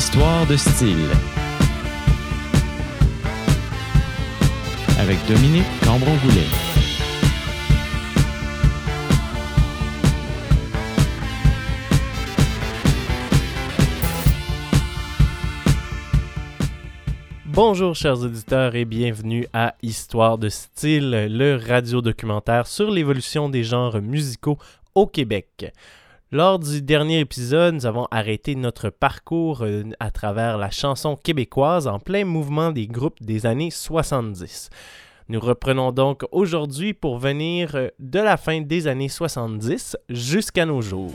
Histoire de style. Avec Dominique Cambron-Goulet. Bonjour chers auditeurs et bienvenue à Histoire de style, le radio-documentaire sur l'évolution des genres musicaux au Québec. Lors du dernier épisode, nous avons arrêté notre parcours à travers la chanson québécoise en plein mouvement des groupes des années 70. Nous reprenons donc aujourd'hui pour venir de la fin des années 70 jusqu'à nos jours.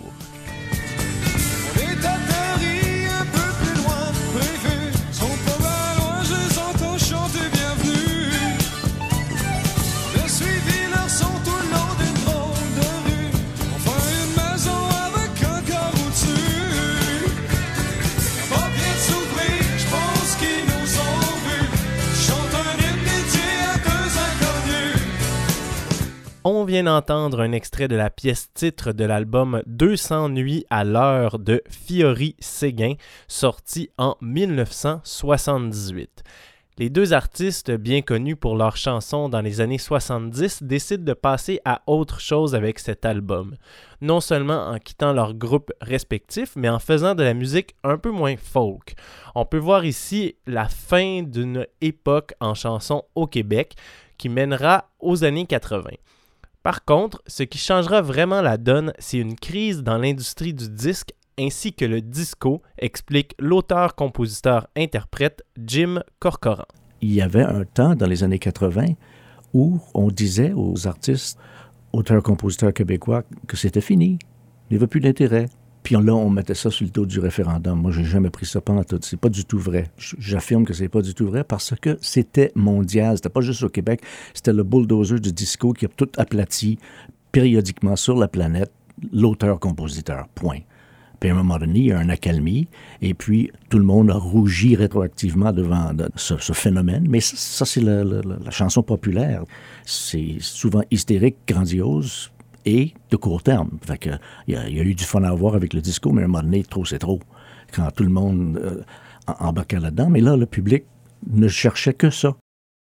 On vient d'entendre un extrait de la pièce titre de l'album 200 nuits à l'heure de Fiori Séguin, sorti en 1978. Les deux artistes, bien connus pour leurs chansons dans les années 70, décident de passer à autre chose avec cet album. Non seulement en quittant leurs groupes respectifs, mais en faisant de la musique un peu moins folk. On peut voir ici la fin d'une époque en chanson au Québec qui mènera aux années 80. Par contre, ce qui changera vraiment la donne, c'est une crise dans l'industrie du disque ainsi que le disco, explique l'auteur-compositeur-interprète Jim Corcoran. Il y avait un temps dans les années 80 où on disait aux artistes, auteurs-compositeurs québécois, que c'était fini. Il n'y avait plus d'intérêt. Puis là, on mettait ça sur le dos du référendum. Moi, j'ai jamais pris ça pantoute. C'est pas du tout vrai. J'affirme que c'est pas du tout vrai parce que c'était mondial. C'était pas juste au Québec. C'était le bulldozer du disco qui a tout aplati périodiquement sur la planète, l'auteur-compositeur. Point. Puis à un moment donné, il y a une accalmie, et puis tout le monde a rougi rétroactivement devant ce phénomène. Mais ça c'est la chanson populaire. C'est souvent hystérique, grandiose, et de court terme. Fait que, il y a eu du fun à avoir avec le disco, mais à un moment donné, trop c'est trop. Quand tout le monde embarquait là-dedans. Mais là, le public ne cherchait que ça.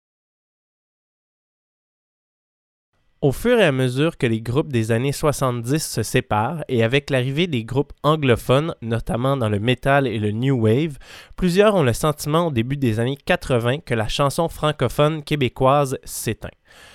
Au fur et à mesure que les groupes des années 70 se séparent et avec l'arrivée des groupes anglophones, notamment dans le metal et le new wave, plusieurs ont le sentiment au début des années 80 que la chanson francophone québécoise s'éteint.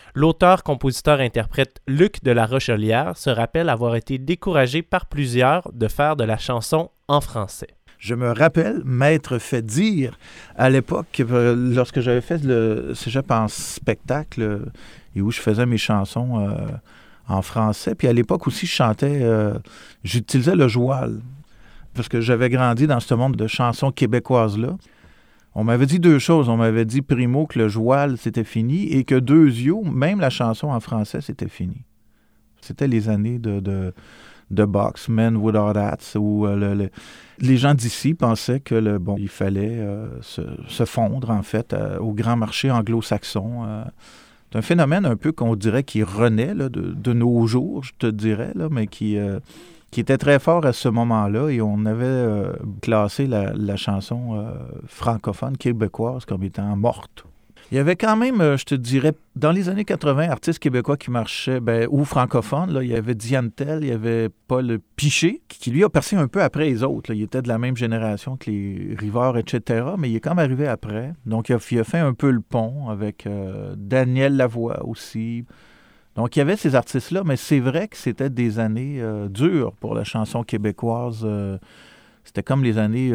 L'auteur-compositeur-interprète Luc de la Rochelière se rappelle avoir été découragé par plusieurs de faire de la chanson en français. Je me rappelle m'être fait dire à l'époque, lorsque j'avais fait le cégep en spectacle et où je faisais mes chansons en français, puis à l'époque aussi je chantais, j'utilisais le joual, parce que j'avais grandi dans ce monde de chansons québécoises-là. On m'avait dit deux choses. On m'avait dit, primo, que le joual, c'était fini, et que deuxio, même la chanson en français, c'était fini. C'était les années de Box, Men Without Hats, où les gens d'ici pensaient que, il fallait se fondre, en fait, au grand marché anglo-saxon. C'est un phénomène un peu qu'on dirait qui renaît là, de nos jours, je te dirais, là, mais qui était très fort à ce moment-là, et on avait classé la chanson francophone québécoise comme étant morte. Il y avait quand même, je te dirais, dans les années 80, artistes québécois qui marchaient, ou francophones. Là, il y avait Diane Tell, il y avait Paul Piché, qui lui a percé un peu après les autres. Là. Il était de la même génération que les Rivard, etc., mais il est quand même arrivé après. Donc, il a fait un peu le pont avec Daniel Lavoie aussi. Donc, il y avait ces artistes-là, mais c'est vrai que c'était des années dures pour la chanson québécoise. C'était comme les années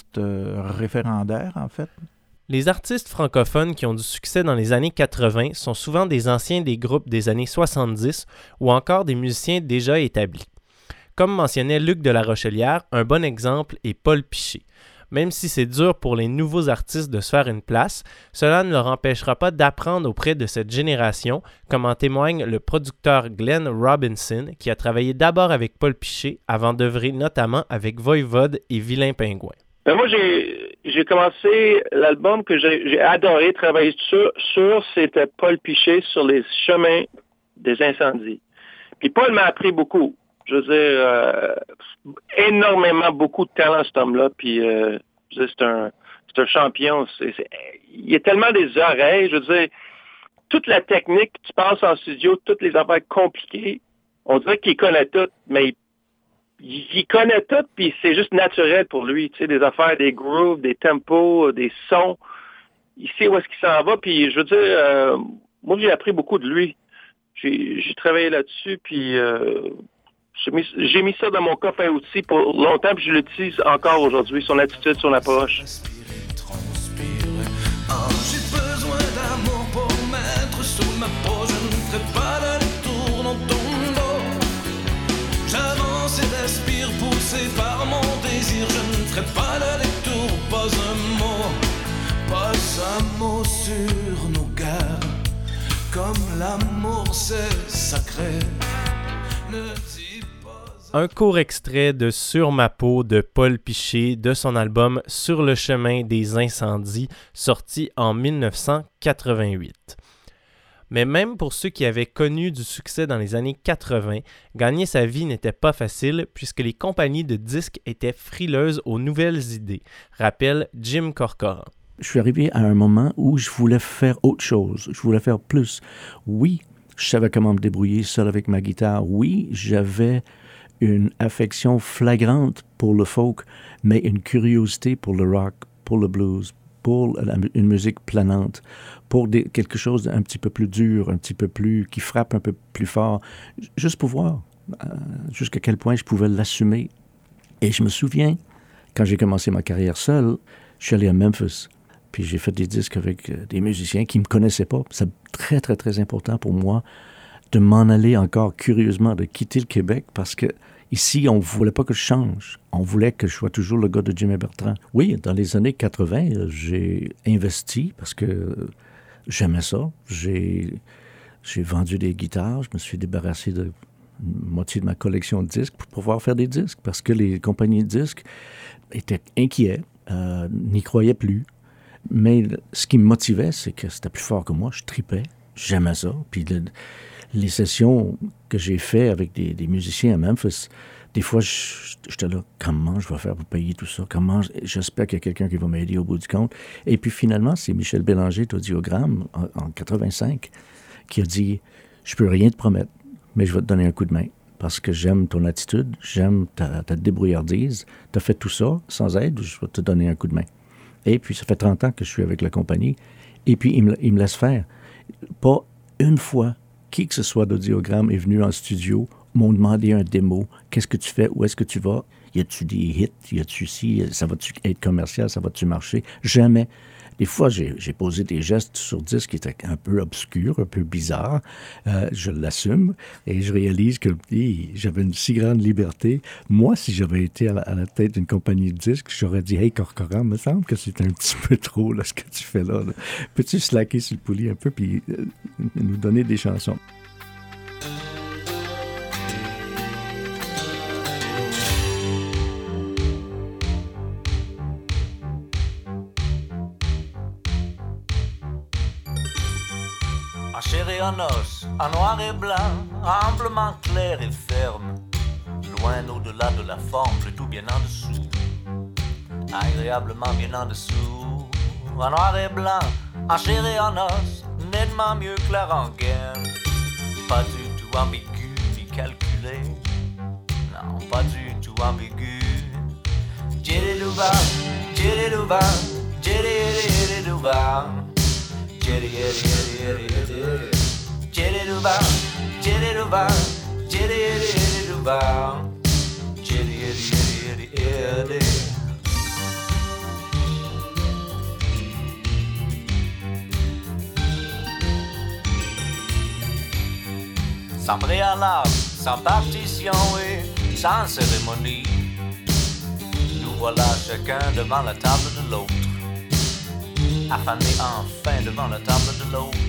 post-référendaires, en fait. Les artistes francophones qui ont du succès dans les années 80 sont souvent des anciens des groupes des années 70 ou encore des musiciens déjà établis. Comme mentionnait Luc de la Rochelière, un bon exemple est Paul Piché. Même si c'est dur pour les nouveaux artistes de se faire une place, cela ne leur empêchera pas d'apprendre auprès de cette génération, comme en témoigne le producteur Glenn Robinson, qui a travaillé d'abord avec Paul Piché avant d'œuvrer notamment avec Voivode et Vilain Pingouin. Moi, j'ai commencé l'album que j'ai adoré travailler sur, c'était Paul Piché sur les chemins des incendies. Puis Paul m'a appris beaucoup. Je veux dire, énormément, beaucoup de talent, cet homme-là. Puis Je veux dire, c'est un champion. Il y a tellement des oreilles. Je veux dire, toute la technique, tu passes en studio, toutes les affaires compliquées, on dirait qu'il connaît tout, mais il connaît tout, puis c'est juste naturel pour lui. Tu sais, des affaires, des grooves, des tempos, des sons. Il sait où est-ce qu'il s'en va, puis je veux dire, moi, j'ai appris beaucoup de lui. J'ai travaillé là-dessus, puis j'ai mis ça dans mon coffre à outils pour longtemps, puis je l'utilise encore aujourd'hui, son attitude, son approche. J'ai besoin d'amour pour mettre sous ma peau. Je ne ferai pas d'aller-retour dans ton dos. J'avance et respire, poussé par mon désir. Je ne ferai pas d'aller-retour, pas un mot sur nos cœurs. Comme l'amour c'est sacré. Ne dis pas. Un court extrait de Sur ma peau de Paul Piché de son album Sur le chemin des incendies, sorti en 1988. Mais même pour ceux qui avaient connu du succès dans les années 80, gagner sa vie n'était pas facile puisque les compagnies de disques étaient frileuses aux nouvelles idées, rappelle Jim Corcoran. Je suis arrivé à un moment où je voulais faire autre chose, je voulais faire plus. Oui, je savais comment me débrouiller seul avec ma guitare. Oui, j'avais une affection flagrante pour le folk, mais une curiosité pour le rock, pour le blues, pour une musique planante, pour quelque chose d'un petit peu plus dur, un petit peu plus, qui frappe un peu plus fort, juste pour voir jusqu'à quel point je pouvais l'assumer. Et je me souviens, quand j'ai commencé ma carrière seule, je suis allé à Memphis, puis j'ai fait des disques avec des musiciens qui ne me connaissaient pas. C'est très, très, très important pour moi de m'en aller encore curieusement, de quitter le Québec, parce que ici, on ne voulait pas que je change. On voulait que je sois toujours le gars de Jimmy Bertrand. Oui, dans les années 80, j'ai investi parce que j'aimais ça. J'ai vendu des guitares. Je me suis débarrassé de moitié de ma collection de disques pour pouvoir faire des disques parce que les compagnies de disques étaient inquiets, n'y croyaient plus. Mais ce qui me motivait, c'est que c'était plus fort que moi. Je tripais. J'aimais ça. Puis les sessions que j'ai faites avec des musiciens à Memphis, des fois, j'étais là, comment je vais faire pour payer tout ça? J'espère qu'il y a quelqu'un qui va m'aider au bout du compte. Et puis finalement, c'est Michel Bélanger d'Audiogramme, en 85, qui a dit, je peux rien te promettre, mais je vais te donner un coup de main. Parce que j'aime ton attitude, j'aime ta débrouillardise. Tu as fait tout ça sans aide, je vais te donner un coup de main. Et puis, ça fait 30 ans que je suis avec la compagnie. Et puis, il me laisse faire. Pas une fois, qui que ce soit d'Audiogramme est venu en studio, m'ont demandé un démo. Qu'est-ce que tu fais? Où est-ce que tu vas? Y a-tu des hits? Y a-tu ci? Ça va-tu être commercial? Ça va-tu marcher? Jamais. Des fois, j'ai posé des gestes sur disque qui étaient un peu obscurs, un peu bizarres. Je l'assume et je réalise que j'avais une si grande liberté. Moi, si j'avais été à la tête d'une compagnie de disques, j'aurais dit « Hey, Corcoran, me semble que c'est un petit peu trop là, ce que tu fais là. Peux-tu slacker sur le poulie un peu puis nous donner des chansons? » En chair et en os, en noir et blanc, amplement clair et ferme, loin au-delà de la forme, plutôt bien en dessous, agréablement bien en dessous, en noir et blanc, en chair et en os, nettement mieux que la rengaine, pas du tout ambigu ni calculé, non, pas du tout ambigu. Jiddy-doo-ba, jiddy-doo-ba, jiddy-doo-ba. Jitty, jitty, jitty, jitty, jitty, doo-ba, jitty, doo-ba, jitty, jitty, doo-ba, jitty, jitty, jitty, jitty. Sans préalable, sans partition et sans cérémonie, nous voilà chacun devant la table de l'autre, affané enfin devant la table de l'autre.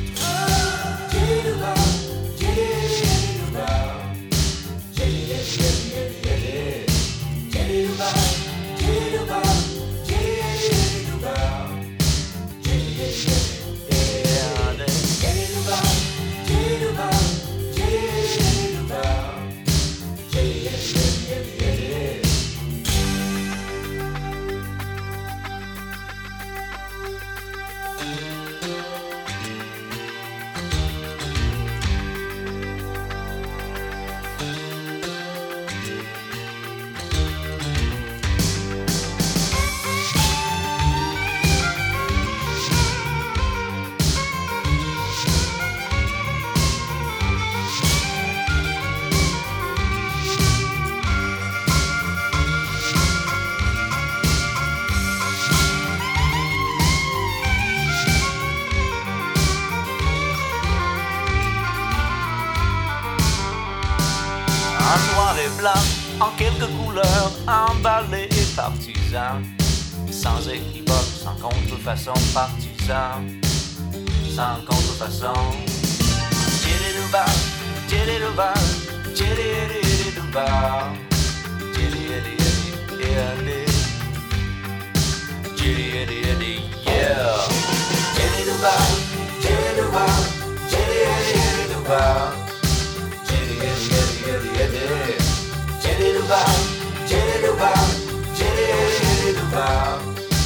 et blanc, en quelques couleurs, emballés et partisans. Sans équivoque, sans contrefaçon, partisan, sans contrefaçon. Tchili-douba, tchili-douba, tchili-douba, tchili-douba, yeah. Tchili-douba, tchili-douba, tchili-douba, tchili-douba, tchili-douba, tchili-douba, tchili-douba.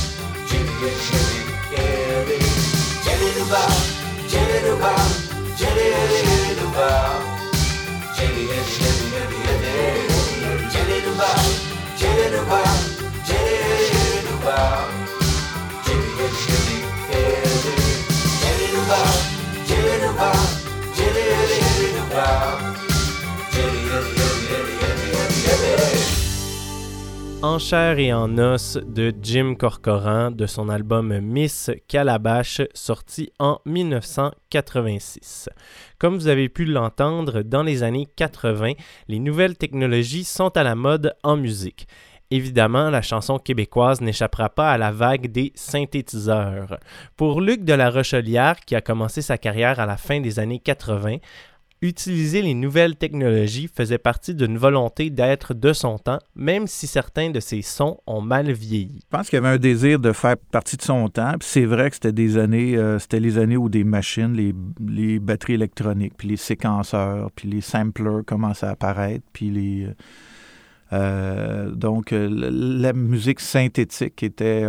En chair et en os de Jim Corcoran de son album Miss Calabash sorti en 1986. Comme vous avez pu l'entendre, dans les années 80, les nouvelles technologies sont à la mode en musique. Évidemment, la chanson québécoise n'échappera pas à la vague des synthétiseurs. Pour Luc de la Rochelière, qui a commencé sa carrière à la fin des années 80, utiliser les nouvelles technologies faisait partie d'une volonté d'être de son temps, même si certains de ses sons ont mal vieilli. Je pense qu'il y avait un désir de faire partie de son temps. Puis c'est vrai que c'était des années, c'était les années où des machines, les batteries électroniques, puis les séquenceurs, puis les samplers commençaient à apparaître, puis donc la musique synthétique était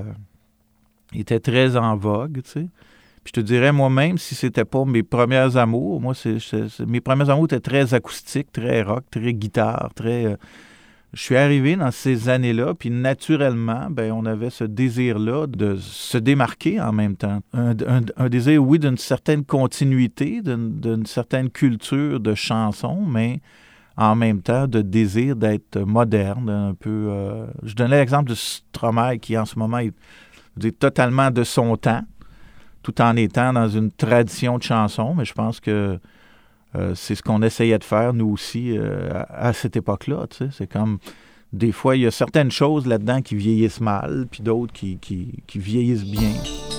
très en vogue, tu sais. Puis je te dirais, moi-même, si c'était pas mes premiers amours, mes premiers amours étaient très acoustiques, très rock, très guitare, très... je suis arrivé dans ces années-là, puis naturellement, on avait ce désir-là de se démarquer en même temps. Un désir, oui, d'une certaine continuité, d'une certaine culture de chansons, mais en même temps, de désir d'être moderne, un peu... je donnais l'exemple de Stromae, qui en ce moment est totalement de son temps, tout en étant dans une tradition de chanson, mais je pense que c'est ce qu'on essayait de faire, nous aussi, à cette époque-là. Tu sais. C'est comme, des fois, il y a certaines choses là-dedans qui vieillissent mal, puis d'autres qui vieillissent bien.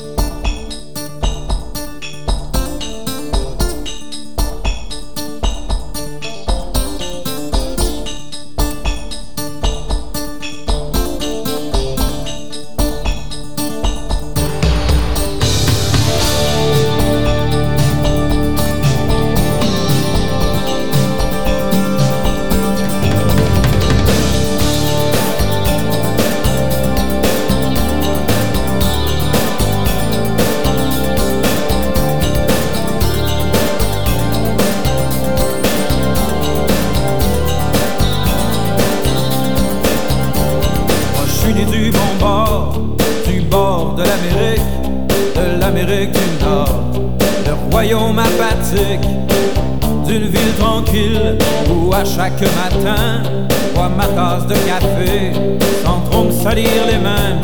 D'une ville tranquille où à chaque matin bois ma tasse de café sans trop me salir les mains,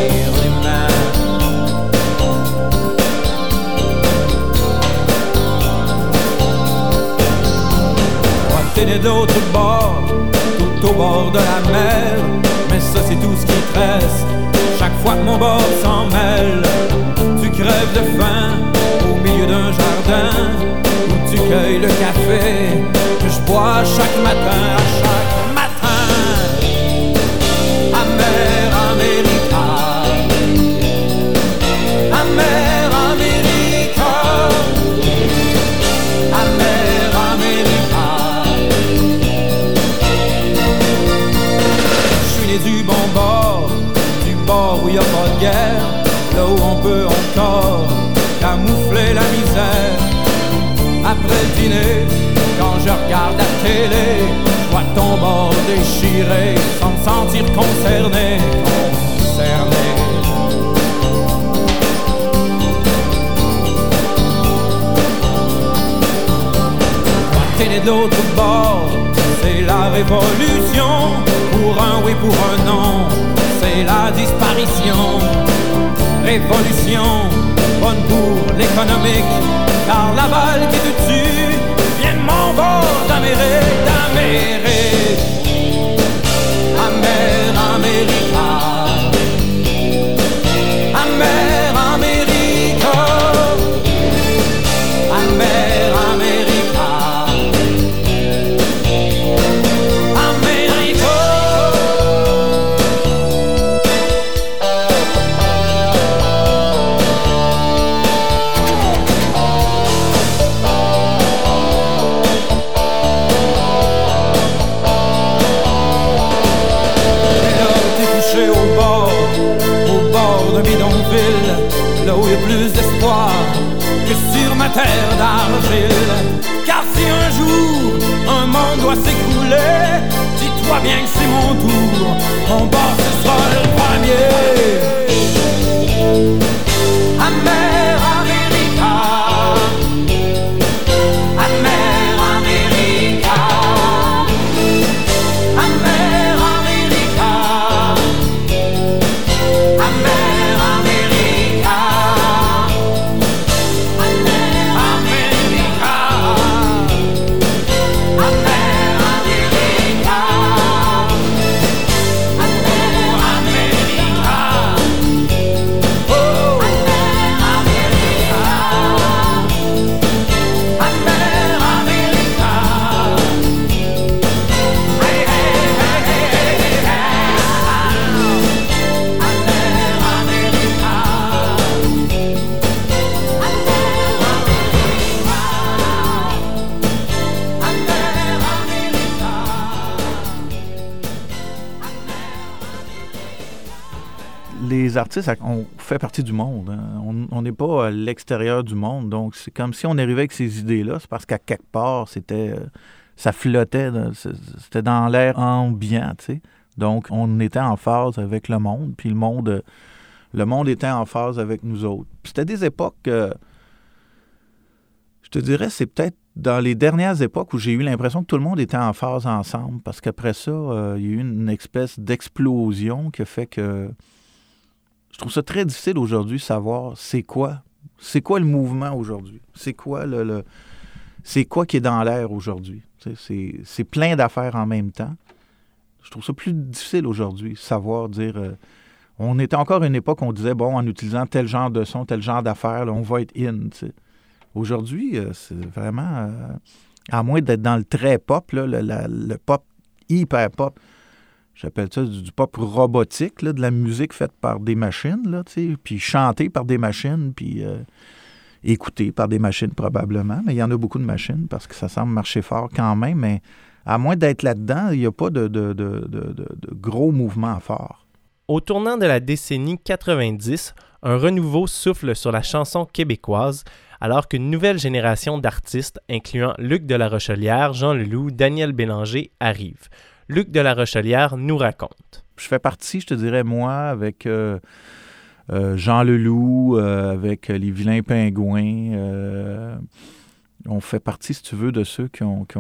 Moi t'es né d'autre bord, tout au bord de la mer, mais ça c'est tout ce qui te reste. Chaque fois que mon bord s'en mêle, tu crèves de faim au milieu d'un jardin où tu cueilles le café que je bois chaque matin, à chaque matin. Amer America, Amer America, Amer America. Je suis né du bon bord où y a pas de guerre, là où on peut encore camoufler la misère. Après le dîner, quand je regarde la télé, je vois ton bord déchiré, sans me sentir concerné. Toi t'es né de l'autre bord, c'est la révolution, pour un oui, pour un non, c'est la disparition. Révolution, bonne pour l'économique, car la balle qui te tue vient de mon bord d'Amérique, d'Amérique. terre d'argile. Car si un jour un monde doit s'écrouler, dis-toi bien que c'est mon tour, mon bord ce sera le premier. Amer America, Amer America, Amer America, Amer America, Amer America, Amer America, Amer America. Oh, Amer America, Amer America. Hey, hey, hey, hey, hey, hey. Amer America, Les artistes, on fait partie du monde. Hein. On n'est pas à l'extérieur du monde. Donc, c'est comme si on arrivait avec ces idées-là. C'est parce qu'à quelque part, ça flottait. C'était dans l'air ambiant, tu sais. Donc, on était en phase avec le monde. Puis le monde était en phase avec nous autres. Puis c'était des époques... je te dirais, c'est peut-être dans les dernières époques où j'ai eu l'impression que tout le monde était en phase ensemble. Parce qu'après ça, il y a eu une espèce d'explosion qui a fait que... Je trouve ça très difficile aujourd'hui de savoir c'est quoi le mouvement aujourd'hui. C'est quoi c'est quoi qui est dans l'air aujourd'hui. C'est plein d'affaires en même temps. Je trouve ça plus difficile aujourd'hui, savoir dire... on était encore à une époque où on disait, bon, en utilisant tel genre de son, tel genre d'affaires, là, on va être in, tu sais. Aujourd'hui, c'est vraiment... à moins d'être dans le très pop, là, le pop hyper pop, j'appelle ça du pop robotique, là, de la musique faite par des machines, là, tu sais, puis chantée par des machines, puis écoutée par des machines probablement. Mais il y en a beaucoup de machines parce que ça semble marcher fort quand même. Mais à moins d'être là-dedans, il n'y a pas de gros mouvements forts. Au tournant de la décennie 90, un renouveau souffle sur la chanson québécoise, alors qu'une nouvelle génération d'artistes, incluant Luc de la Rochelière, Jean Leloup, Daniel Bélanger, arrive. Luc de la Rochelière nous raconte. Je fais partie, je te dirais, moi, avec Jean Leloup, avec les Vilains Pingouins. On fait partie, si tu veux, de ceux qui ont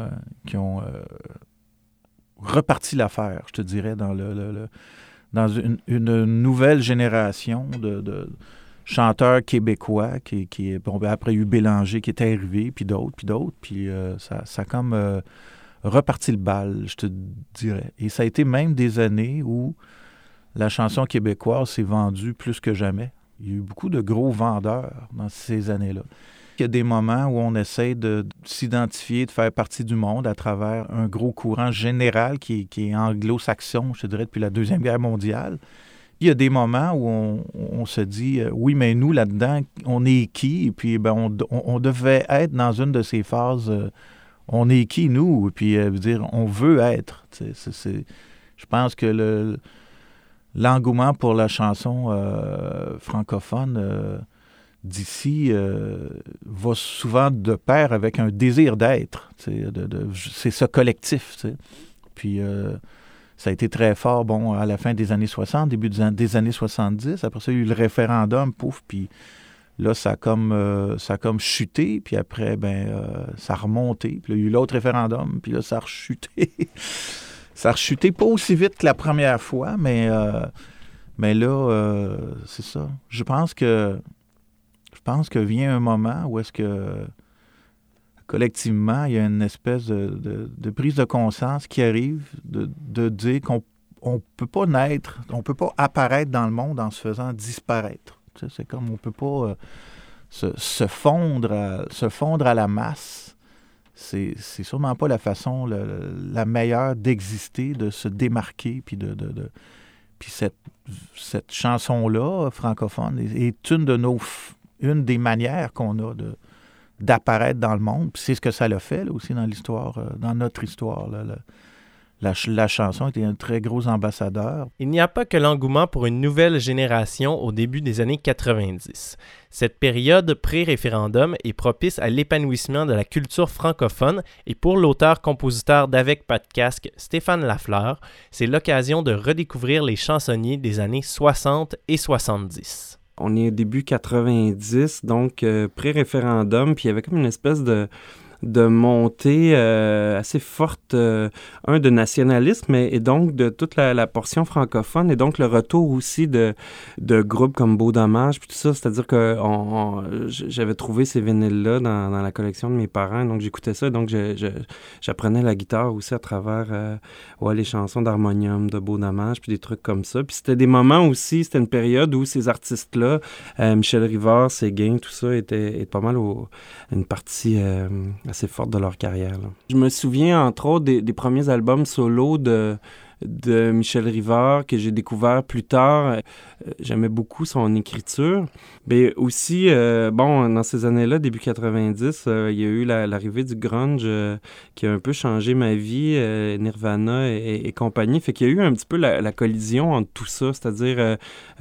reparti l'affaire, je te dirais, dans dans une nouvelle génération de chanteurs québécois qui bon, après il y a eu Bélanger qui était arrivé, puis d'autres, puis ça a comme reparti le bal, je te dirais. Et ça a été même des années où la chanson québécoise s'est vendue plus que jamais. Il y a eu beaucoup de gros vendeurs dans ces années-là. Il y a des moments où on essaie de s'identifier, de faire partie du monde à travers un gros courant général qui est anglo-saxon, je te dirais, depuis la Deuxième Guerre mondiale. Il y a des moments où on se dit, oui, mais nous, là-dedans, on est qui? Et puis, ben, on devait être dans une de ces phases, on est qui, nous? Et puis, dire, on veut être. Je pense que l'engouement pour la chanson francophone d'ici va souvent de pair avec un désir d'être. C'est ce collectif. T'sais. Puis ça a été très fort, bon, à la fin des années 60, début des années 70. Après ça, il y a eu le référendum, pouf, puis là, ça a comme chuté, puis après, ça a remonté. Puis là, il y a eu l'autre référendum, puis là, ça a rechuté. Ça a rechuté pas aussi vite que la première fois, mais là, c'est ça. Je pense que vient un moment où est-ce que collectivement, il y a une espèce de prise de conscience qui arrive de dire qu'on ne peut pas naître, on ne peut pas apparaître dans le monde en se faisant disparaître. Tu sais, c'est comme on ne peut pas se fondre à la masse. C'est sûrement pas la façon la meilleure d'exister, de se démarquer, puis puis cette chanson-là, francophone, est une des manières qu'on a d'apparaître dans le monde. Puis c'est ce que ça l'a fait là, aussi dans l'histoire, dans notre histoire. Là, la chanson était un très gros ambassadeur. Il n'y a pas que l'engouement pour une nouvelle génération au début des années 90. Cette période pré-référendum est propice à l'épanouissement de la culture francophone et pour l'auteur-compositeur d'Avec pas de casque, Stéphane Lafleur, c'est l'occasion de redécouvrir les chansonniers des années 60 et 70. On est au début 90, donc pré-référendum, puis il y avait comme une espèce de montée assez forte, de nationalisme et donc de toute la portion francophone et donc le retour aussi de groupes comme Beau Dommage puis tout ça, c'est-à-dire que j'avais trouvé ces vinyles-là dans la collection de mes parents, donc j'écoutais ça, donc j'apprenais la guitare aussi à travers les chansons d'harmonium, de Beau Dommage puis des trucs comme ça, puis c'était des moments aussi, c'était une période où ces artistes-là, Michel Rivard, Séguin, tout ça était pas mal une partie assez forte de leur carrière, là. Je me souviens, entre autres, des premiers albums solo de Michel Rivard que j'ai découvert plus tard. J'aimais beaucoup son écriture. Mais aussi, dans ces années-là, début 90, il y a eu l'arrivée du grunge qui a un peu changé ma vie, Nirvana et compagnie. Fait qu'il y a eu un petit peu la collision entre tout ça, c'est-à-dire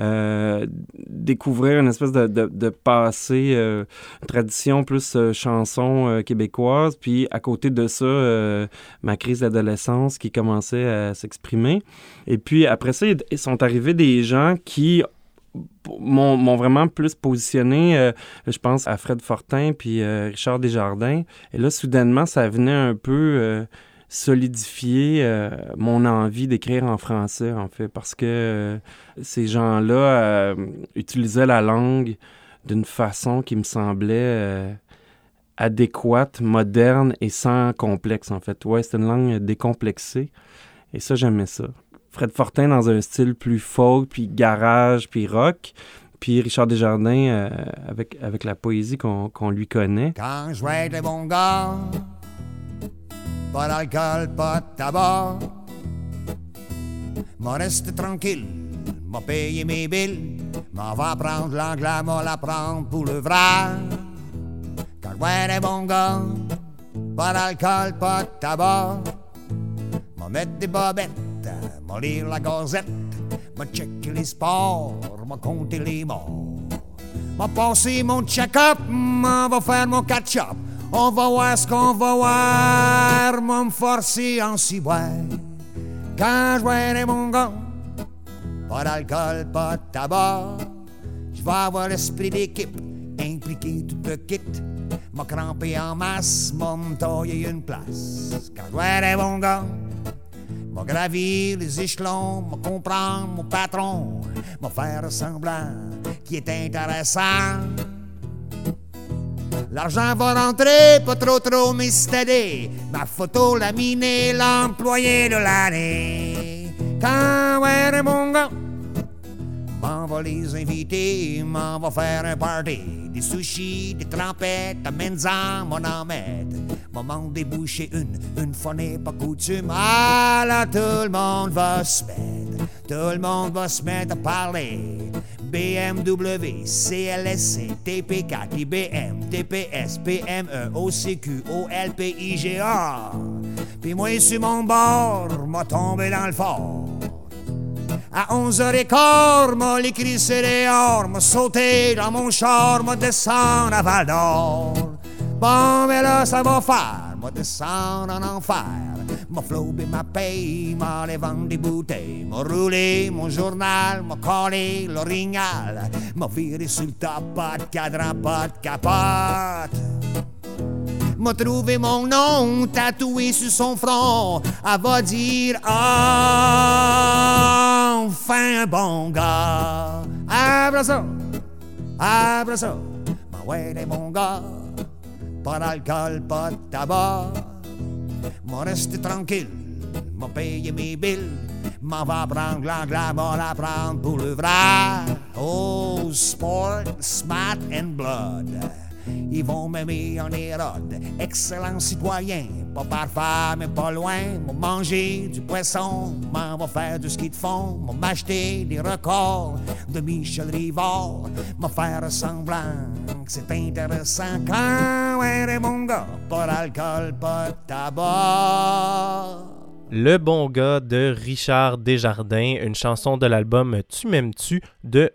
découvrir une espèce de passé, une tradition plus chanson québécoise, puis à côté de ça, ma crise d'adolescence qui commençait à s'exprimer. Et puis après ça, ils sont arrivés des gens qui m'ont vraiment plus positionné, je pense à Fred Fortin puis Richard Desjardins. Et là, soudainement, ça venait un peu solidifier mon envie d'écrire en français, en fait, parce que ces gens-là utilisaient la langue d'une façon qui me semblait adéquate, moderne et sans complexe, en fait. Ouais, c'était une langue décomplexée. Et ça, j'aimais ça. Fred Fortin dans un style plus folk, puis garage, puis rock. Puis Richard Desjardins avec la poésie qu'on lui connaît. Quand je vais être les bons gars, pas d'alcool, pas de tabac, m'en reste tranquille, m'en payer mes billes, m'en va prendre l'anglais, m'en l'apprendre pour le vrai. Quand je vais être les bons gars, pas d'alcool, pas de tabac, m'en mettre des bobettes, m'en lire la Gazette, m'en checker les sports, m'en compter les morts, m'en passer mon check-up, m'en va faire mon catch-up. On va voir ce qu'on va voir, m'en me forcer en ciboire. Quand je vais les bons gars, pas d'alcool, pas de tabac, je vais avoir l'esprit d'équipe, impliqué tout le kit, m'a crampé en masse, m'a me taillé une place. Quand je vais les bons gars, m'a gravir les échelons, m'a comprendre mon patron, m'a faire semblant qui est intéressant. L'argent va rentrer, pas trop m'estéder, ma photo laminée, l'employé de l'année. Quand ouais mon gars, m'en va les inviter, m'en va faire un party, des sushis, des trempettes, amène-en, m'en en mettre. M'en déboucher une fois n'est pas coutume. Ah là, tout le monde va se mettre à parler. BMW, CLSC, TP4, IBM, TPS, PME, OCQ, OLPIGA. Puis moi, sur mon bord, m'a tombé dans le fort. À 11h15, m'a l'écrit c'est dehors, m'a sauté dans mon char, m'a descendu à Val d'Or. Bon, mais là, ça va faire, m'a descendu en enfer, m'a flobé ma paye, m'a les vendre des bouteilles, m'a roulé mon journal, m'a collé l'orignal, m'a viré sur le top, pas de cadran, pas de capote. M'a trouvé mon nom tatoué sur son front, elle va dire enfin un bon gars. Après ça, m'a ouais des bons gars, pas d'alcool, pas de tabac, m'a resté tranquille, m'a payé mes billes, m'en va prendre l'anglais, m'a la prendre pour le vrai. Oh, sport, smat and blood. Ils vont m'aimer en érode, excellent citoyen, pas parfait mais pas loin, m'ont mangé du poisson, m'en va faire du ski de fond, m'ont m'acheter des records de Michel Rivard, m'en faire semblant que c'est intéressant quand ouais mon gars, pas d'alcool, pas de tabac. Le bon gars de Richard Desjardins, une chanson de l'album Tu m'aimes-tu de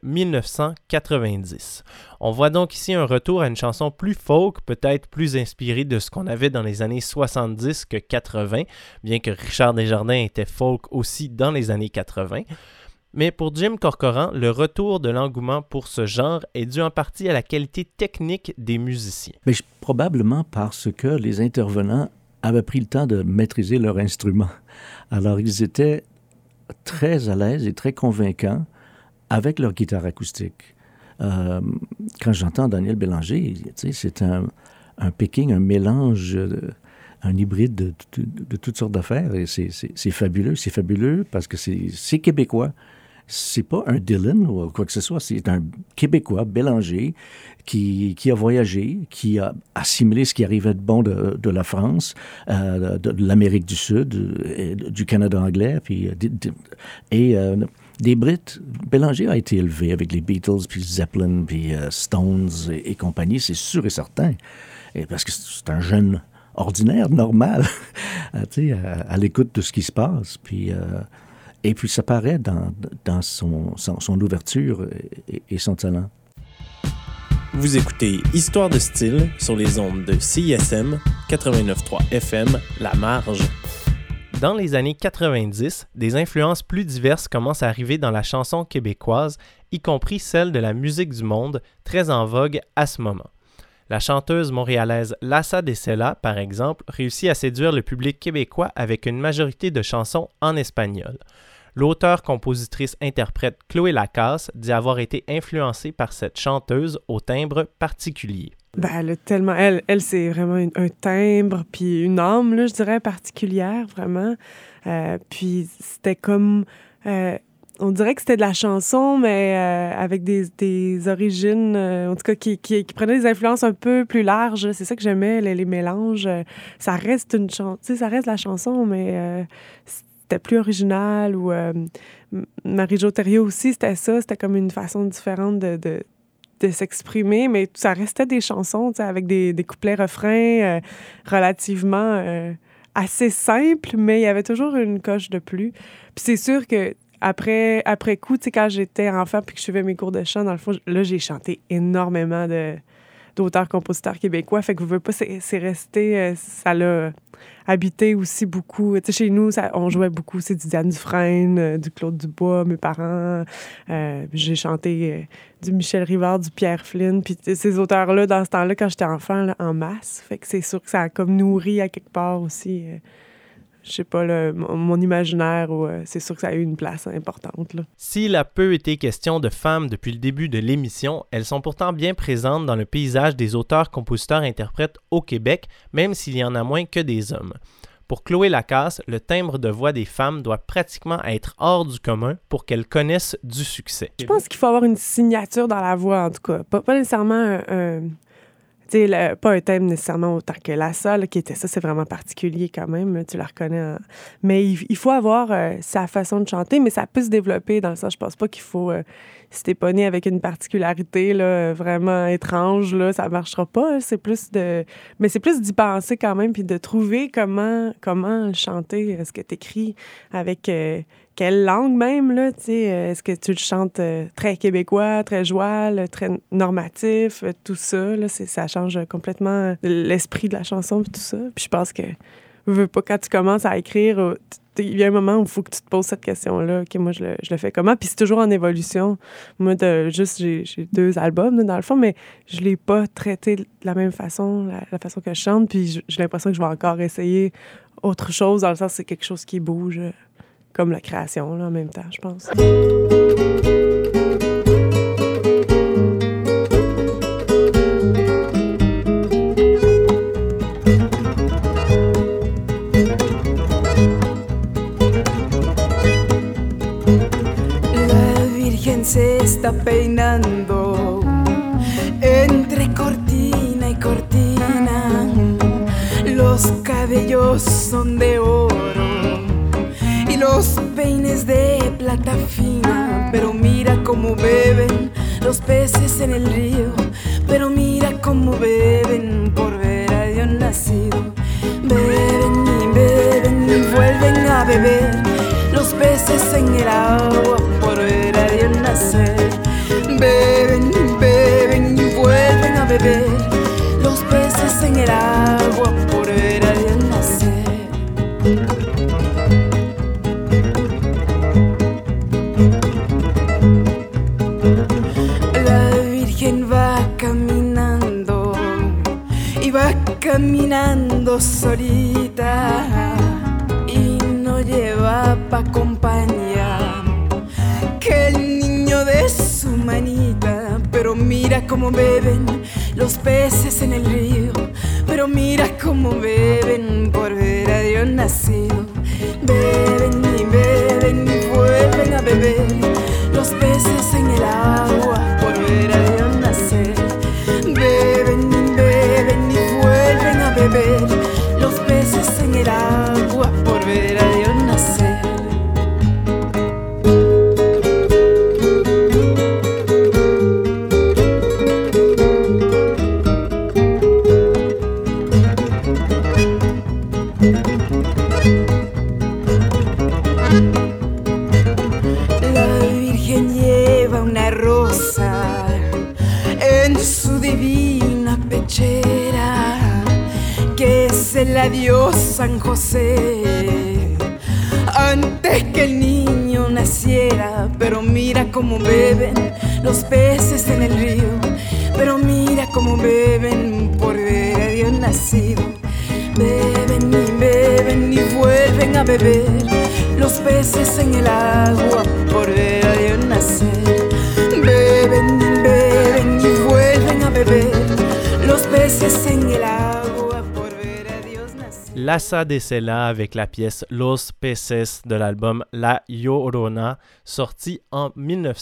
1990. On voit donc ici un retour à une chanson plus folk, peut-être plus inspirée de ce qu'on avait dans les années 70 que 80, bien que Richard Desjardins était folk aussi dans les années 80. Mais pour Jim Corcoran, le retour de l'engouement pour ce genre est dû en partie à la qualité technique des musiciens. Mais probablement parce que les intervenants avaient pris le temps de maîtriser leur instrument. Alors, ils étaient très à l'aise et très convaincants avec leur guitare acoustique. Quand j'entends Daniel Bélanger, c'est un picking, un mélange, un hybride de toutes sortes d'affaires. Et c'est fabuleux. C'est fabuleux parce que c'est québécois. C'est pas un Dylan ou quoi que ce soit, c'est un Québécois, Bélanger, qui a voyagé, qui a assimilé ce qui arrivait de bon de la France, de l'Amérique du Sud, du Canada anglais, puis des Brits. Bélanger a été élevé avec les Beatles, puis Zeppelin, puis Stones et compagnie, c'est sûr et certain. Et parce que c'est un jeune ordinaire, normal, à l'écoute de ce qui se passe, puis... Et puis, ça paraît dans son ouverture et son talent. Vous écoutez Histoire de style sur les ondes de CISM 89.3 FM, La Marge. Dans les années 90, des influences plus diverses commencent à arriver dans la chanson québécoise, y compris celle de la musique du monde, très en vogue à ce moment. La chanteuse montréalaise Lassa Dessela, par exemple, réussit à séduire le public québécois avec une majorité de chansons en espagnol. L'auteure-compositrice-interprète Chloé Lacasse dit avoir été influencée par cette chanteuse au timbre particulier. Elle a tellement... Elle c'est vraiment un timbre, puis une âme, là, je dirais, particulière, vraiment. Puis c'était comme... on dirait que c'était de la chanson, mais avec des origines, en tout cas, qui prenaient des influences un peu plus larges. C'est ça que j'aimais, les mélanges. Ça reste une chanson, tu sais, ça reste la chanson, mais c'était plus original. Ou Marie-Jo Thériault aussi, c'était ça. C'était comme une façon différente de s'exprimer, mais ça restait des chansons, tu sais, avec des couplets-refrains relativement assez simples, mais il y avait toujours une coche de plus. Puis c'est sûr que après coup, tu sais, quand j'étais enfant puis que je suivais mes cours de chant, dans le fond, là, j'ai chanté énormément d'auteurs-compositeurs québécois. Fait que, vous veux pas, c'est resté... ça l'a habité aussi beaucoup. Tu sais, chez nous, on jouait beaucoup. C'est du Diane Dufresne, du Claude Dubois, mes parents. J'ai chanté du Michel Rivard, du Pierre Flynn. Puis ces auteurs-là, dans ce temps-là, quand j'étais enfant, là, en masse. Fait que c'est sûr que ça a comme nourri à quelque part aussi... je sais pas, mon imaginaire, c'est sûr que ça a eu une place importante. Là. S'il a peu été question de femmes depuis le début de l'émission, elles sont pourtant bien présentes dans le paysage des auteurs, compositeurs, interprètes au Québec, même s'il y en a moins que des hommes. Pour Chloé Lacasse, le timbre de voix des femmes doit pratiquement être hors du commun pour qu'elles connaissent du succès. Je pense qu'il faut avoir une signature dans la voix, en tout cas. Pas nécessairement tu sais, pas un thème nécessairement autant que Lassa, là, qui était ça, c'est vraiment particulier quand même, tu la reconnais. Mais il faut avoir sa façon de chanter, mais ça peut se développer dans le sens, je pense pas qu'il faut, si t'es pas né avec une particularité là, vraiment étrange, là, ça marchera pas, là, c'est plus d'y penser quand même, puis de trouver comment chanter ce que t'écris avec... quelle langue même, là, tu sais, est-ce que tu le chantes très québécois, très joual, très normatif, tout ça, là, ça change complètement l'esprit de la chanson, puis tout ça. Puis je pense que, veux pas, quand tu commences à écrire, il y a un moment où il faut que tu te poses cette question-là, OK, moi, je le fais comment? Puis c'est toujours en évolution. Moi, j'ai 2 albums, là, dans le fond, mais je l'ai pas traité de la même façon, la façon que je chante, puis j'ai l'impression que je vais encore essayer autre chose, dans le sens que c'est quelque chose qui bouge, comme la création, là, en même temps, je pense. La Virgen se está peinando entre cortina y cortina. Los cabellos son de oro, los peines de plata fina, pero mira cómo beben los peces en el río, pero mira cómo beben por ver a Dios nacido. Beben y vuelven a beber los peces en el agua por ver a Dios nacer. Beben y beben y vuelven a beber los peces en el agua por ver a Dios nacer. La Virgen va caminando y va caminando solita y no lleva pa' compañía que el niño de su manita. Pero mira cómo beben los peces en el río, pero mira cómo beben por ver a Dios nacido. Beben y vuelven a beber los peces en el agua por ver a Dios nacer. Beben y vuelven a beber los peces en el agua por ver a Dios nacer. La Virgen lleva una rosa en su divina pechera que se la dio San José antes que el niño naciera. Pero mira cómo beben los peces en el río, pero mira cómo beben por ver a Dios nacido. Beben y vuelven a beber los peces en el agua por ver a Dios nacer. Beben y vuelven a beber los peces en el agua por ver a Dios nacer. Lassa de Sela avec la pièce Los Peces de l'album La Llorona, sorti en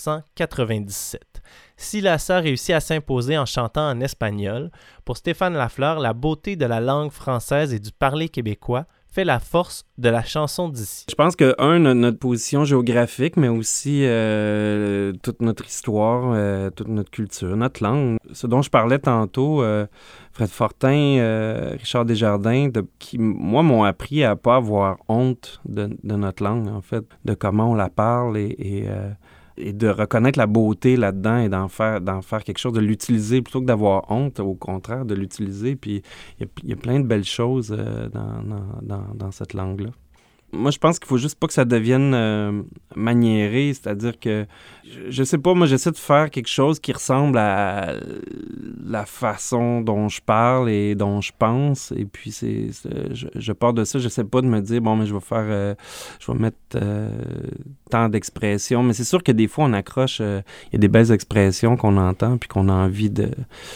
1997. Si Lassa réussit à s'imposer en chantant en espagnol, pour Stéphane Lafleur, la beauté de la langue française et du parler québécois fait la force de la chanson d'ici. Je pense que, notre position géographique, mais aussi toute notre histoire, toute notre culture, notre langue. Ce dont je parlais tantôt, Fred Fortin, Richard Desjardins, qui, moi, m'ont appris à ne pas avoir honte de notre langue, en fait, de comment on la parle et de reconnaître la beauté là-dedans et d'en faire quelque chose, de l'utiliser plutôt que d'avoir honte, au contraire, de l'utiliser. Puis il y a plein de belles choses dans cette langue-là. Moi, je pense qu'il faut juste pas que ça devienne maniéré, c'est-à-dire que, je sais pas, moi, j'essaie de faire quelque chose qui ressemble à la façon dont je parle et dont je pense, et puis je pars de ça, j'essaie pas de me dire, bon, mais je vais mettre tant d'expressions, mais c'est sûr que des fois, on accroche, il y a des belles expressions qu'on entend, puis qu'on a envie de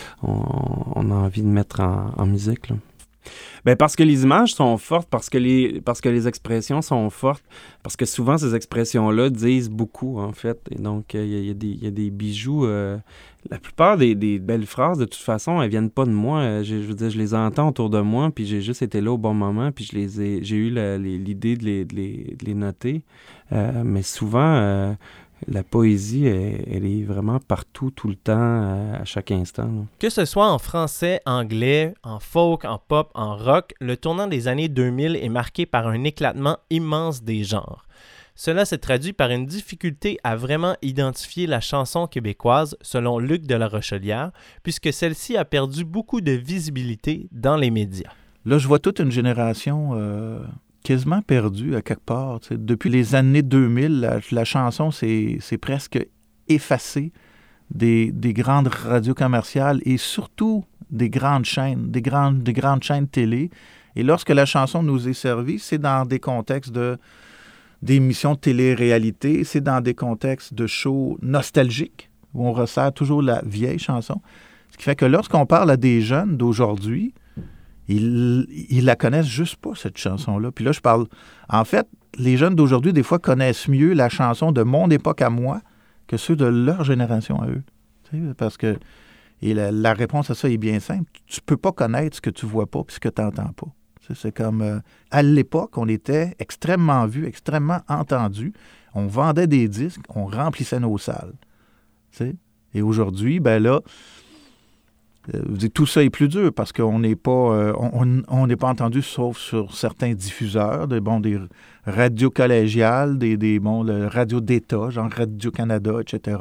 mettre en musique, là. Ben parce que les images sont fortes, parce que les expressions sont fortes, parce que souvent ces expressions-là disent beaucoup, en fait. Et donc, il y a des bijoux. La plupart des belles phrases, de toute façon, elles viennent pas de moi. Je veux dire, je les entends autour de moi, puis j'ai juste été là au bon moment, puis j'ai eu l'idée de les noter. Mais souvent... la poésie, elle est vraiment partout, tout le temps, à chaque instant, là. Que ce soit en français, anglais, en folk, en pop, en rock, le tournant des années 2000 est marqué par un éclatement immense des genres. Cela se traduit par une difficulté à vraiment identifier la chanson québécoise, selon Luc de la Rochelière, puisque celle-ci a perdu beaucoup de visibilité dans les médias. Là, je vois toute une génération... quasiment perdu à quelque part. T'sais. Depuis les années 2000, la chanson s'est presque effacée des grandes radios commerciales et surtout des grandes chaînes, des grandes chaînes télé. Et lorsque la chanson nous est servie, c'est dans des contextes d'émissions de télé-réalité, c'est dans des contextes de shows nostalgiques où on resserre toujours la vieille chanson. Ce qui fait que lorsqu'on parle à des jeunes d'aujourd'hui, ils la connaissent juste pas, cette chanson-là. Puis là, je parle... En fait, les jeunes d'aujourd'hui, des fois, connaissent mieux la chanson de mon époque à moi que ceux de leur génération à eux. Parce que... Et la réponse à ça est bien simple. Tu peux pas connaître ce que tu vois pas puis ce que tu n'entends pas. C'est comme... à l'époque, on était extrêmement vus, extrêmement entendus. On vendait des disques, on remplissait nos salles. T'sais? Et aujourd'hui, ben là... Tout ça est plus dur parce qu'on n'est pas, on n'est pas entendu sauf sur certains diffuseurs, des radios collégiales, des radios d'État, genre Radio-Canada, etc.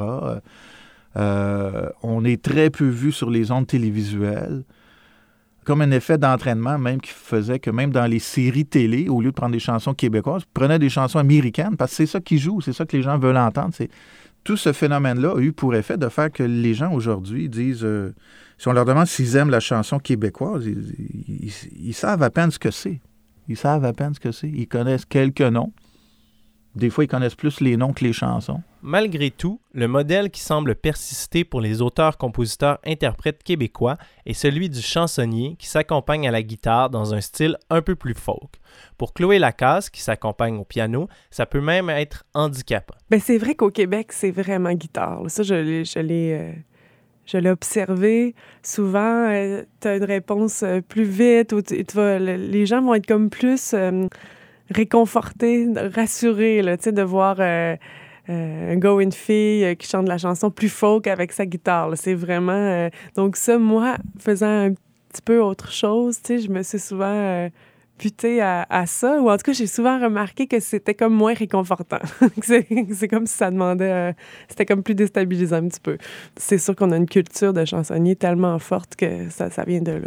On est très peu vu sur les ondes télévisuelles. Comme un effet d'entraînement même qui faisait que même dans les séries télé, au lieu de prendre des chansons québécoises, prenaient des chansons américaines parce que c'est ça qui joue, c'est ça que les gens veulent entendre. Tout ce phénomène-là a eu pour effet de faire que les gens aujourd'hui disent, si on leur demande s'ils aiment la chanson québécoise, ils savent à peine ce que c'est. Ils savent à peine ce que c'est. Ils connaissent quelques noms. Des fois, ils connaissent plus les noms que les chansons. Malgré tout, le modèle qui semble persister pour les auteurs, compositeurs, interprètes québécois est celui du chansonnier qui s'accompagne à la guitare dans un style un peu plus folk. Pour Chloé Lacasse, qui s'accompagne au piano, ça peut même être handicapant. Bien, c'est vrai qu'au Québec, c'est vraiment guitare. Ça, je l'ai observé. Souvent, tu as une réponse plus vite. Ou les gens vont être comme plus réconfortés, rassurés là, de voir un gars ou une fille qui chante la chanson plus folk avec sa guitare. Là. C'est vraiment... donc ça, moi, faisant un petit peu autre chose, je me suis souvent... butée à ça, ou en tout cas, j'ai souvent remarqué que c'était comme moins réconfortant. c'est comme si ça demandait... c'était comme plus déstabilisant un petit peu. C'est sûr qu'on a une culture de chansonnier tellement forte que ça vient de là.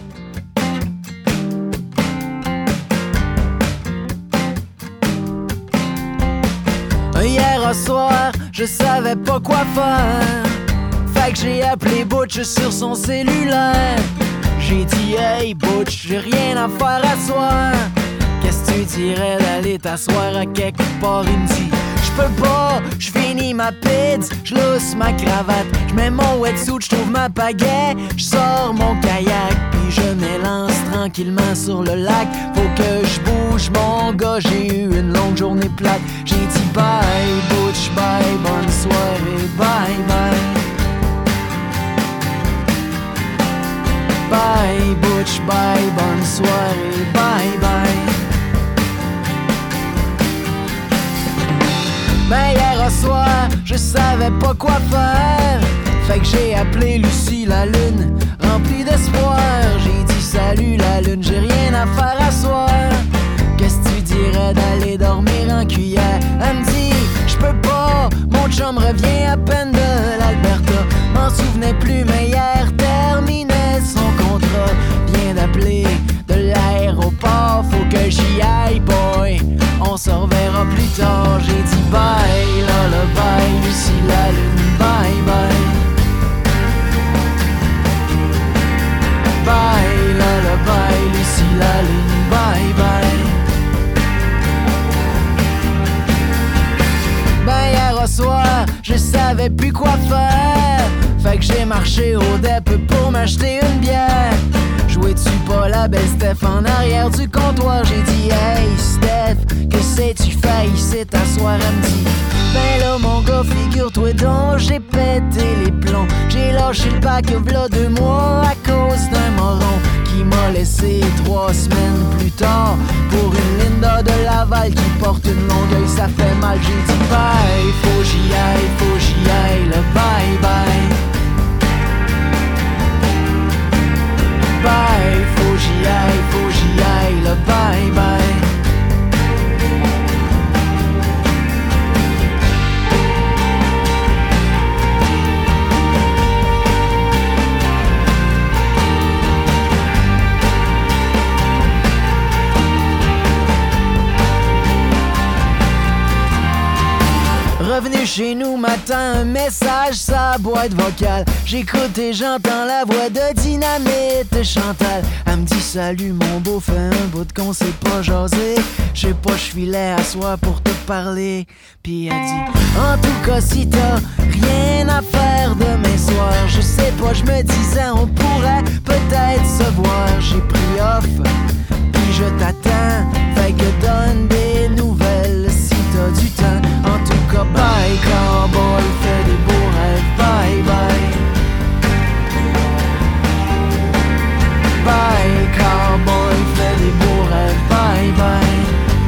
Hier au soir, je savais pas quoi faire. Fait que j'ai appelé Butch sur son cellulaire. J'ai dit hey Butch, j'ai rien à faire à soir. Qu'est-ce que tu dirais d'aller t'asseoir à quelque part? Il me dit j'peux pas, j'finis ma pizza, j'lousse ma cravate, j'mets mon wetsuit, j'trouve ma pagaie, j'sors mon kayak, puis je m'élance tranquillement sur le lac. Faut que j'bouge mon gars, j'ai eu une longue journée plate. J'ai dit bye Butch, bye, bonne soirée, bye bye. Bye Butch, bye, bonne soirée, bye bye. Mais hier au soir, je savais pas quoi faire. Fait que j'ai appelé Lucie la lune, remplie d'espoir. J'ai dit salut la lune, j'ai rien à faire à soir. Qu'est-ce que tu dirais d'aller dormir en cuillère? Elle me dit j'peux pas, mon chum revient à peine de l'Alberta. M'en souvenais plus mais hier terminait son contrat. Vient d'appeler de l'aéroport, faut que j'y aille boy. On se reverra plus tard. J'ai dit bye là bye, Lucie la lune, bye bye. Bye là bye, Lucie la lune, bye bye. Ben hier au soir, je savais plus quoi faire. Fait que j'ai marché au DEP pour m'acheter une bière. Jouais-tu pas la belle Steph en arrière du comptoir? J'ai dit hey Steph, que sais-tu fait ici t'asseoir? Elle me dit ben là mon gars, figure-toi donc, j'ai pété les plombs. J'ai lâché le bac v'là 2 mois à cause d'un moron qui m'a laissé 3 semaines plus tard pour une Linda de Laval qui porte une longueuil, ça fait mal. J'ai dit bye, faut j'y aille, le bye bye. Bye, faut j'y aille, le bye bye. Revenu chez nous matin, un message, sa boîte vocale. J'écoute et j'entends la voix de Dynamite Chantal. Elle me dit salut mon beau, fait un bout qu'on s'est pas jasé. J'sais pas, j'filais à soir pour te parler. Puis elle dit en tout cas si t'as rien à faire demain soir, je sais pas, je me disais on pourrait peut-être se voir. J'ai pris off, puis je t'attends. Fait que donne des nouvelles si t'as du temps. En tout cas, bye cowboy, fais des beaux rêves, bye bye. Bye cowboy, fais des beaux rêves, bye bye.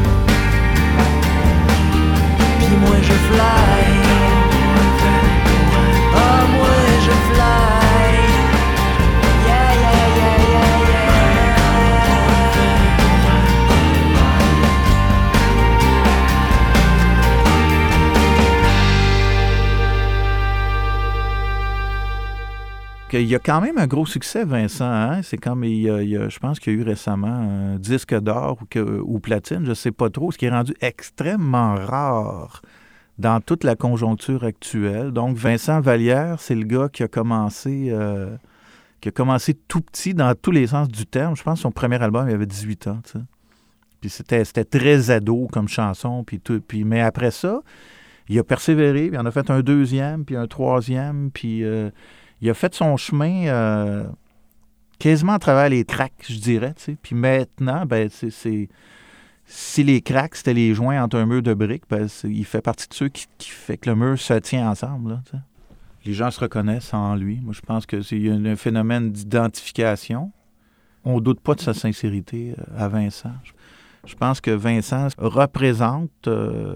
Puis moi je fly, ah moi je fly. qu'il y a quand même un gros succès, Vincent. Hein? C'est comme, je pense qu'il y a eu récemment un disque d'or ou platine, je ne sais pas trop, ce qui est rendu extrêmement rare dans toute la conjoncture actuelle. Donc, Vincent Vallière, c'est le gars qui a commencé tout petit dans tous les sens du terme. Je pense que son premier album, il avait 18 ans. Tu sais. Puis c'était très ado comme chanson. Mais après ça, il a persévéré, puis il en a fait un deuxième, puis un troisième, puis il a fait son chemin quasiment à travers les cracks, je dirais. Tu sais. Puis maintenant, ben si les cracks, c'était les joints entre un mur de briques, ben, il fait partie de ceux qui fait que le mur se tient ensemble. Là, tu sais. Les gens se reconnaissent en lui. Moi, je pense qu'il y a un phénomène d'identification. On ne doute pas de sa sincérité à Vincent. Je pense que Vincent représente,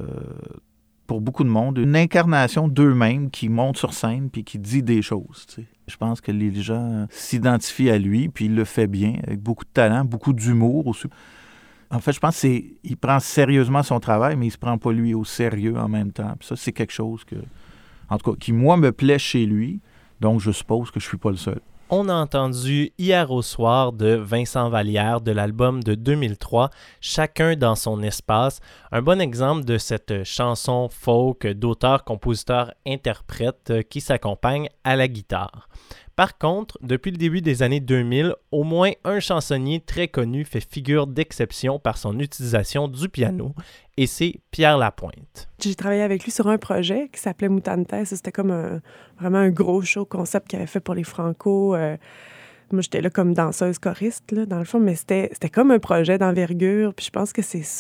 pour beaucoup de monde, une incarnation d'eux-mêmes qui monte sur scène puis qui dit des choses. Tu sais. Je pense que les gens s'identifient à lui, puis il le fait bien, avec beaucoup de talent, beaucoup d'humour aussi. En fait, je pense qu'il prend sérieusement son travail, mais il ne se prend pas lui au sérieux en même temps. Puis ça, c'est quelque chose en tout cas, qui, moi, me plaît chez lui. Donc, je suppose que je ne suis pas le seul. On a entendu Hier au soir de Vincent Vallière de l'album de 2003, Chacun dans son espace, un bon exemple de cette chanson folk d'auteur, compositeur, interprète qui s'accompagne à la guitare. Par contre, depuis le début des années 2000, au moins un chansonnier très connu fait figure d'exception par son utilisation du piano, et c'est Pierre Lapointe. J'ai travaillé avec lui sur un projet qui s'appelait Moutantes. C'était comme vraiment un gros show concept qu'il avait fait pour les Franco. Moi, j'étais là comme danseuse choriste, là, dans le fond, mais c'était comme un projet d'envergure. Puis je pense que c'est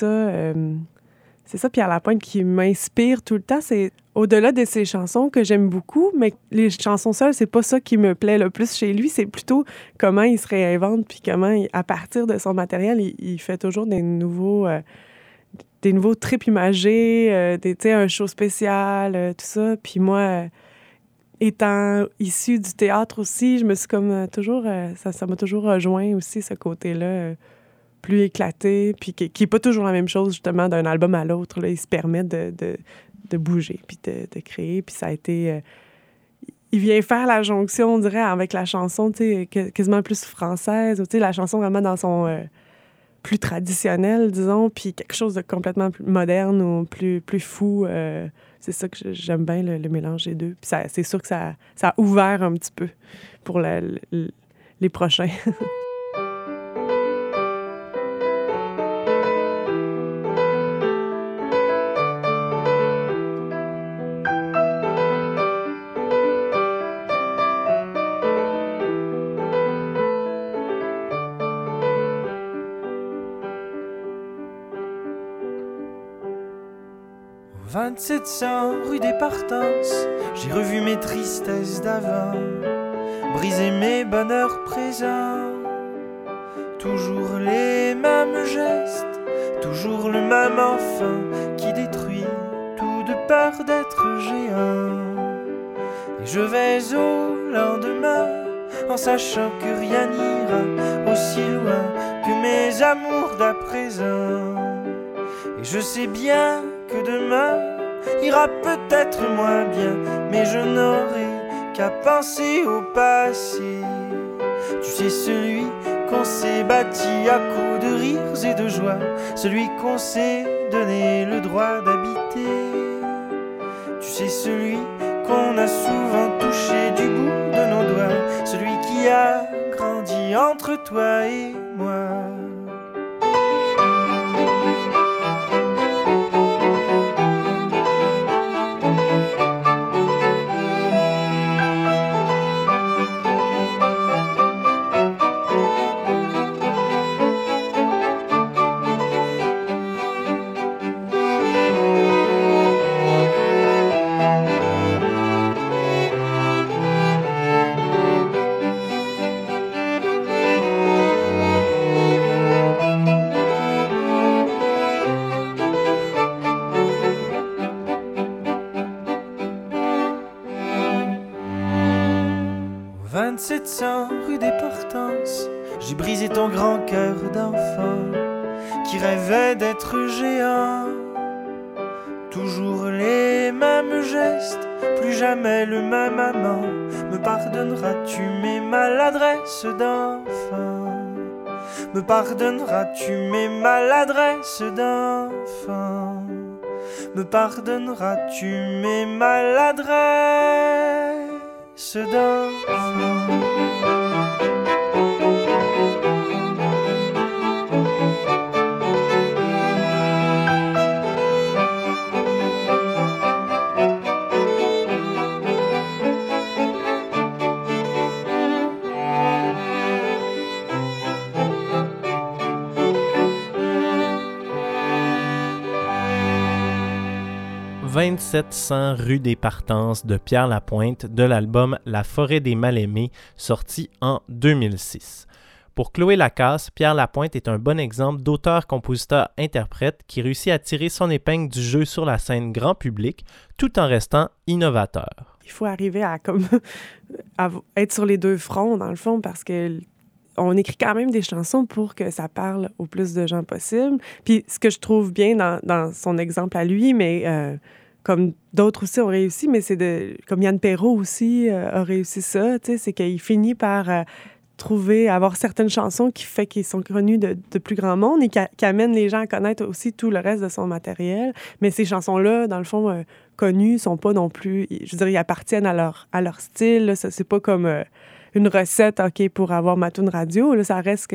ça, Pierre Lapointe, qui m'inspire tout le temps. C'est au-delà de ses chansons que j'aime beaucoup, mais les chansons seules, c'est pas ça qui me plaît le plus chez lui. C'est plutôt comment il se réinvente, puis comment, à partir de son matériel, il fait toujours des nouveaux trips imagés, un show spécial, tout ça. Puis moi, étant issue du théâtre aussi, je me suis comme toujours... ça m'a toujours rejoint aussi, ce côté-là, plus éclaté, puis qui n'est pas toujours la même chose, justement, d'un album à l'autre. Là. Il se permet de bouger, puis de créer. Puis ça a été... il vient faire la jonction, on dirait, avec la chanson, tu sais, quasiment plus française, ou tu sais, la chanson vraiment dans son... plus traditionnel, disons, puis quelque chose de complètement plus moderne ou plus fou. C'est ça que j'aime bien, le mélange des deux. Puis c'est sûr que ça a ouvert un petit peu pour les prochains. 2700 rue des Partences, j'ai revu mes tristesses d'avant, brisé mes bonheurs présents. Toujours les mêmes gestes, toujours le même enfant qui détruit tout de peur d'être géant. Et je vais au lendemain en sachant que rien n'ira aussi loin que mes amours d'à présent. Et je sais bien que demain ira peut-être moins bien, mais je n'aurai qu'à penser au passé. Tu sais, celui qu'on s'est bâti à coups de rires et de joie, celui qu'on s'est donné le droit d'habiter. Tu sais, celui qu'on a souvent touché du bout de nos doigts, celui qui a grandi entre toi et moi. Rue des Partences, j'ai brisé ton grand cœur d'enfant qui rêvait d'être géant. Toujours les les mêmes gestes, plus jamais le même amant. Me pardonneras-tu mes maladresses d'enfant? Me pardonneras-tu mes maladresses d'enfant? Me pardonneras-tu mes maladresses d'enfant? 2700 rue des Partances de Pierre Lapointe de l'album La forêt des mal-aimés, sorti en 2006. Pour Chloé Lacasse, Pierre Lapointe est un bon exemple d'auteur-compositeur-interprète qui réussit à tirer son épingle du jeu sur la scène grand public tout en restant innovateur. Il faut arriver à être sur les deux fronts, dans le fond, parce que on écrit quand même des chansons pour que ça parle au plus de gens possible. Puis ce que je trouve bien dans son exemple à lui, mais comme d'autres aussi ont réussi, mais comme Yann Perrault aussi a réussi ça, c'est qu'il finit par avoir certaines chansons qui fait qu'ils sont connus de plus grand monde et qui amènent les gens à connaître aussi tout le reste de son matériel. Mais ces chansons-là, dans le fond, connues, sont pas non plus... Je veux dire, ils appartiennent à leur style. Là. Ça, c'est pas comme... une recette, OK, pour avoir ma toune radio, là, ça reste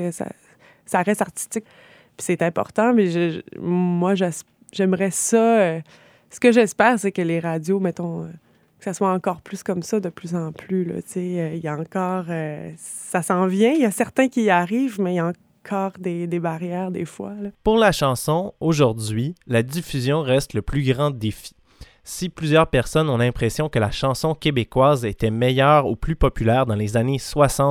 artistique. Puis c'est important, mais moi, j'aimerais ça... ce que j'espère, c'est que les radios, mettons, que ça soit encore plus comme ça de plus en plus. Il y a encore... ça s'en vient. Il y a certains qui y arrivent, mais il y a encore des barrières des fois. Là. Pour la chanson, aujourd'hui, la diffusion reste le plus grand défi. Si plusieurs personnes ont l'impression que la chanson québécoise était meilleure ou plus populaire dans les années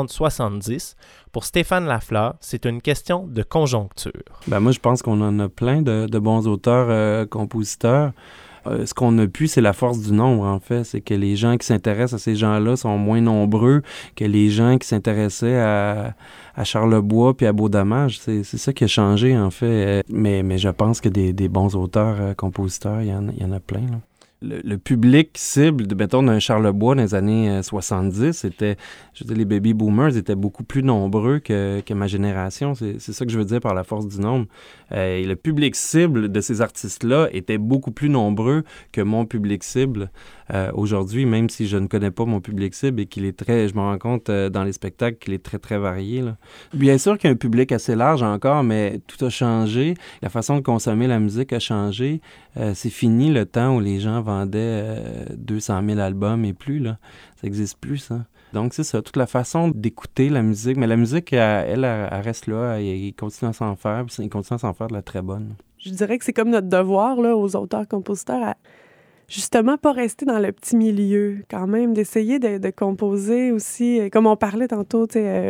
60-70, pour Stéphane Lafleur, c'est une question de conjoncture. Moi, je pense qu'on en a plein de bons auteurs, compositeurs. Ce qu'on a pu, c'est la force du nombre, en fait. C'est que les gens qui s'intéressent à ces gens-là sont moins nombreux que les gens qui s'intéressaient à Charlebois puis à Beau-Dommage. C'est ça qui a changé, en fait. Mais je pense que des bons auteurs, compositeurs, il y en a plein, là. Le public cible, mettons, d'un Charlebois dans les années 70, c'était, les baby boomers étaient beaucoup plus nombreux que ma génération. C'est ça que je veux dire par la force du nombre. Et le public cible de ces artistes-là était beaucoup plus nombreux que mon public cible aujourd'hui, même si je ne connais pas mon public cible et qu'il est je me rends compte dans les spectacles qu'il est très, très varié, là. Bien sûr qu'il y a un public assez large encore, mais tout a changé. La façon de consommer la musique a changé. C'est fini le temps où les gens vendaient 200 000 albums et plus, là. Ça n'existe plus, ça. Donc, c'est ça, toute la façon d'écouter la musique. Mais la musique, elle reste là, il continue à s'en faire, puis il continue à s'en faire de la très bonne. Je dirais que c'est comme notre devoir, là, aux auteurs-compositeurs, à justement pas rester dans le petit milieu, quand même, d'essayer de composer aussi, comme on parlait tantôt,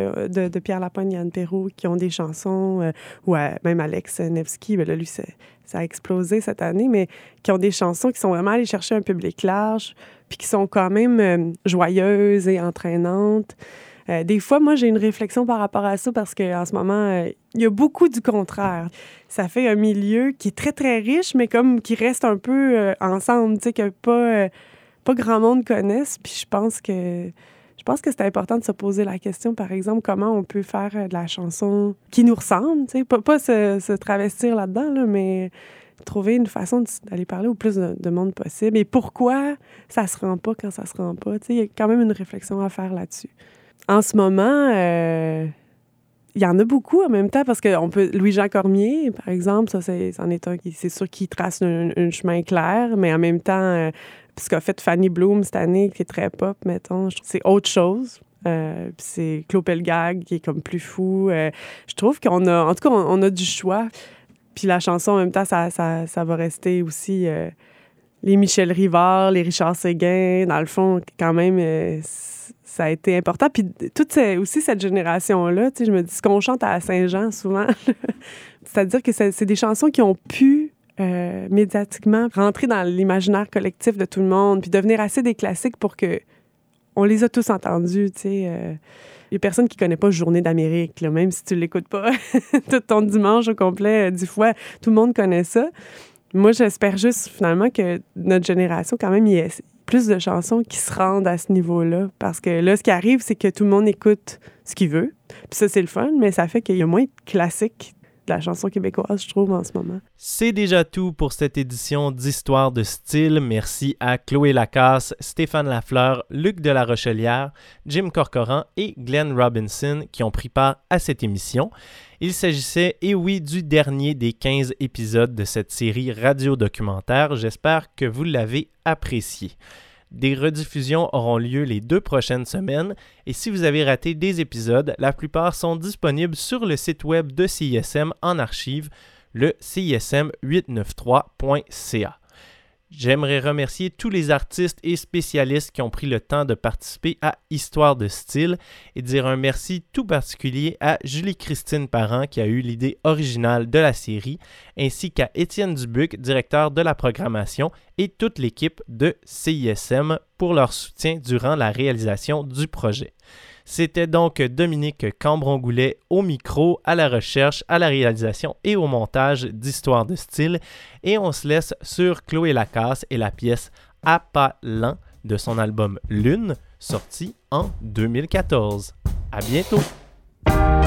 de Pierre Lapointe et Yann Perrault, qui ont des chansons, ou même Alex Nevsky, là, lui, ça a explosé cette année, mais qui ont des chansons qui sont vraiment allées chercher un public large, puis qui sont quand même joyeuses et entraînantes. Des fois, moi, j'ai une réflexion par rapport à ça parce qu'en ce moment, il y a beaucoup du contraire. Ça fait un milieu qui est très, très riche, mais comme qui reste un peu ensemble, tu sais, que pas grand monde connaisse. Puis je pense que c'est important de se poser la question, par exemple, comment on peut faire de la chanson qui nous ressemble, tu sais, pas se travestir là-dedans, là, mais trouver une façon d'aller parler au plus de monde possible. Et pourquoi ça se rend pas quand ça se rend pas? Tu sais, il y a quand même une réflexion à faire là-dessus. En ce moment, il y en a beaucoup en même temps parce qu'on peut... Louis-Jean Cormier, par exemple, c'en est un qui, c'est sûr, qui trace un chemin clair, mais en même temps, ce qu'a fait Fanny Bloom cette année, qui est très pop, mettons, je trouve que c'est autre chose. Puis c'est Claude Pelgag qui est comme plus fou. Je trouve qu'on a... En tout cas, on a du choix. Puis la chanson, en même temps, ça va rester aussi... les Michel Rivard, les Richard Séguin, dans le fond, quand même... ça a été important. Puis toute aussi cette génération-là, tu sais, je me dis, ce qu'on chante à Saint-Jean souvent, c'est-à-dire que c'est des chansons qui ont pu médiatiquement rentrer dans l'imaginaire collectif de tout le monde, puis devenir assez des classiques pour que on les a tous entendus, tu sais. Il y a personne qui ne connaît pas Journée d'Amérique, là, même si tu ne l'écoutes pas tout ton dimanche au complet 10 fois, tout le monde connaît ça. Moi, j'espère juste finalement que notre génération, quand même, il y ait plus de chansons qui se rendent à ce niveau-là. Parce que là, ce qui arrive, c'est que tout le monde écoute ce qu'il veut. Puis ça, c'est le fun, mais ça fait qu'il y a moins de classiques de la chanson québécoise, je trouve, en ce moment. C'est déjà tout pour cette édition d'Histoire de style. Merci à Chloé Lacasse, Stéphane Lafleur, Luc de la Rochelière, Jim Corcoran et Glenn Robinson qui ont pris part à cette émission. Il s'agissait, et oui, du dernier des 15 épisodes de cette série radio-documentaire. J'espère que vous l'avez apprécié. Des rediffusions auront lieu les 2 prochaines semaines et si vous avez raté des épisodes, la plupart sont disponibles sur le site web de CISM en archive, le cism893.ca. J'aimerais remercier tous les artistes et spécialistes qui ont pris le temps de participer à Histoire de style et dire un merci tout particulier à Julie-Christine Parent qui a eu l'idée originale de la série, ainsi qu'à Étienne Dubuc, directeur de la programmation, et toute l'équipe de CISM pour leur soutien durant la réalisation du projet. C'était donc Dominique Cambron-Goulet au micro, à la recherche, à la réalisation et au montage d'Histoire de style. Et on se laisse sur Chloé Lacasse et la pièce « À pas lent » de son album « Lune » sorti en 2014. À bientôt!